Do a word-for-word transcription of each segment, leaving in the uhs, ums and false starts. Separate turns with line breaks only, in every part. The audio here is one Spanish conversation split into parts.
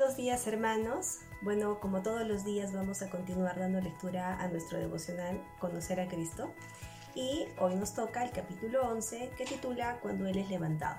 buenos días, hermanos. Bueno, como todos los días vamos a continuar dando lectura a nuestro devocional Conocer a Cristo. Y hoy nos toca el capítulo once que titula Cuando Él es levantado.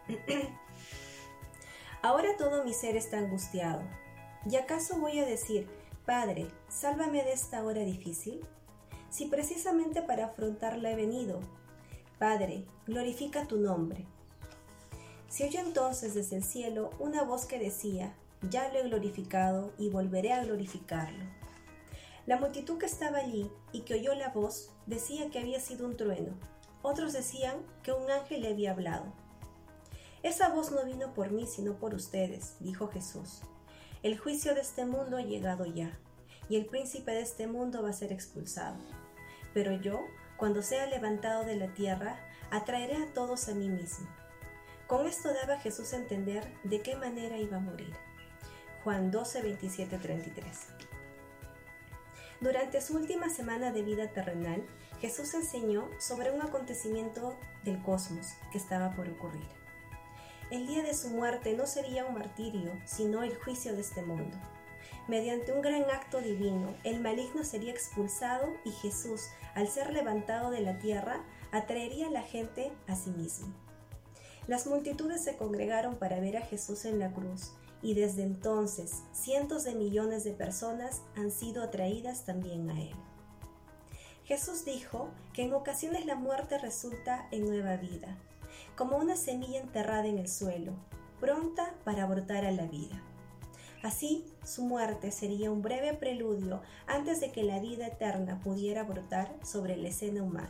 Ahora todo mi ser está angustiado. ¿Y acaso voy a decir, Padre, sálvame de esta hora difícil? Si precisamente para afrontarla he venido. Padre, glorifica tu nombre. Se oyó entonces desde el cielo una voz que decía, ya lo he glorificado y volveré a glorificarlo. La multitud que estaba allí y que oyó la voz decía que había sido un trueno. Otros decían que un ángel le había hablado. Esa voz no vino por mí sino por ustedes, dijo Jesús. El juicio de este mundo ha llegado ya, y el príncipe de este mundo va a ser expulsado. Pero yo, cuando sea levantado de la tierra, atraeré a todos a mí mismo. Con esto daba Jesús a entender de qué manera iba a morir. Juan doce, veintisiete, treinta y tres. Durante su última semana de vida terrenal, Jesús enseñó sobre un acontecimiento del cosmos que estaba por ocurrir. El día de su muerte no sería un martirio, sino el juicio de este mundo. Mediante un gran acto divino, el maligno sería expulsado y Jesús, al ser levantado de la tierra, atraería a la gente a sí mismo. Las multitudes se congregaron para ver a Jesús en la cruz y desde entonces cientos de millones de personas han sido atraídas también a Él. Jesús dijo que en ocasiones la muerte resulta en nueva vida, como una semilla enterrada en el suelo, pronta para brotar a la vida. Así, su muerte sería un breve preludio antes de que la vida eterna pudiera brotar sobre la escena humana.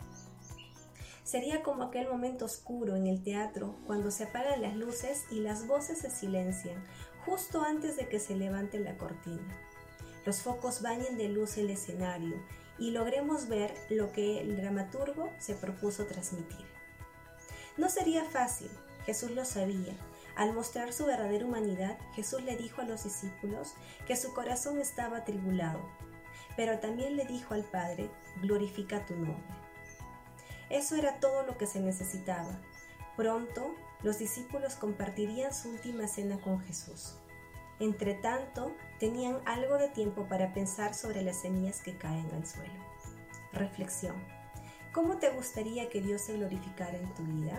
Sería como aquel momento oscuro en el teatro cuando se apagan las luces y las voces se silencian, justo antes de que se levante la cortina. Los focos bañen de luz el escenario y logremos ver lo que el dramaturgo se propuso transmitir. No sería fácil, Jesús lo sabía. Al mostrar su verdadera humanidad, Jesús le dijo a los discípulos que su corazón estaba atribulado, pero también le dijo al Padre, glorifica tu nombre. Eso era todo lo que se necesitaba. Pronto, los discípulos compartirían su última cena con Jesús. Entre tanto, tenían algo de tiempo para pensar sobre las semillas que caen al suelo. Reflexión. ¿Cómo te gustaría que Dios se glorificara en tu vida?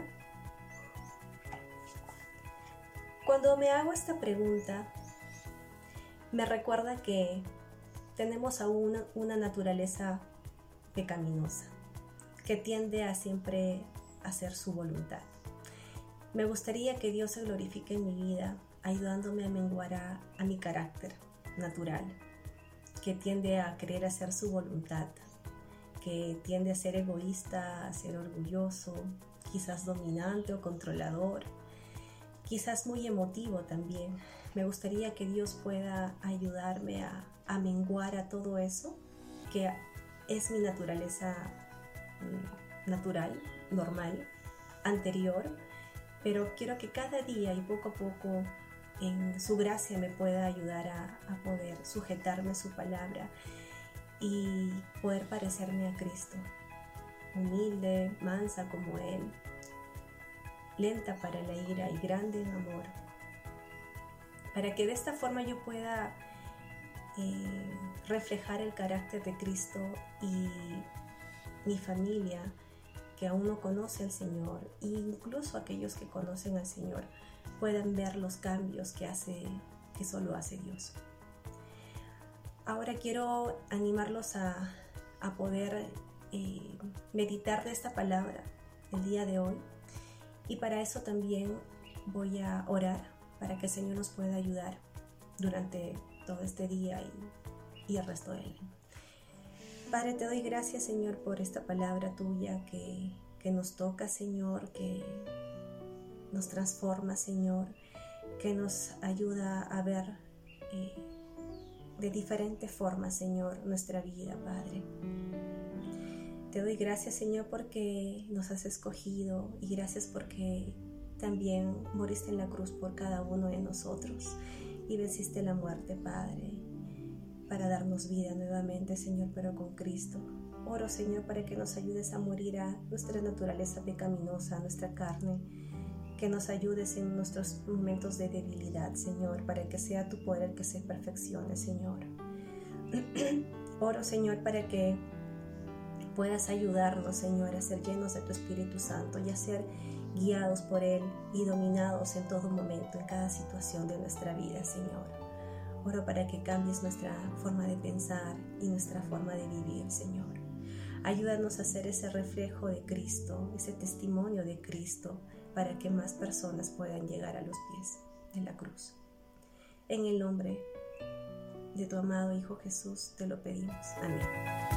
Cuando me hago esta pregunta, me recuerda que tenemos aún una, una naturaleza pecaminosa, que tiende a siempre hacer su voluntad. Me gustaría que Dios se glorifique en mi vida, ayudándome a menguar a, a mi carácter natural, que tiende a querer hacer su voluntad, que tiende a ser egoísta, a ser orgulloso, quizás dominante o controlador, quizás muy emotivo también. Me gustaría que Dios pueda ayudarme a, a menguar a todo eso, que es mi naturaleza natural, normal, anterior, pero quiero que cada día y poco a poco en su gracia me pueda ayudar a, a poder sujetarme a su palabra y poder parecerme a Cristo, humilde, mansa como Él, lenta para la ira y grande en amor, para que de esta forma yo pueda eh, reflejar el carácter de Cristo y mi familia que aún no conoce al Señor, e incluso aquellos que conocen al Señor, puedan ver los cambios que hace, que solo hace Dios. Ahora quiero animarlos a, a poder eh, meditar de esta palabra el día de hoy, y para eso también voy a orar para que el Señor nos pueda ayudar durante todo este día y, y el resto de él. Padre, te doy gracias, Señor, por esta palabra tuya que, que nos toca, Señor, que nos transforma, Señor, que nos ayuda a ver eh, de diferentes formas, Señor, nuestra vida, Padre. Te doy gracias, Señor, porque nos has escogido y gracias porque también moriste en la cruz por cada uno de nosotros y venciste la muerte, Padre, para darnos vida nuevamente, Señor, pero con Cristo. Oro, Señor, para que nos ayudes a morir a nuestra naturaleza pecaminosa, a nuestra carne, que nos ayudes en nuestros momentos de debilidad, Señor, para que sea tu poder que se perfeccione, Señor. Oro, Señor, para que puedas ayudarnos, Señor, a ser llenos de tu Espíritu Santo y a ser guiados por Él y dominados en todo momento, en cada situación de nuestra vida, Señor. Oro para que cambies nuestra forma de pensar y nuestra forma de vivir, Señor. Ayúdanos a ser ese reflejo de Cristo, ese testimonio de Cristo, para que más personas puedan llegar a los pies de la cruz. En el nombre de tu amado Hijo Jesús te lo pedimos. Amén.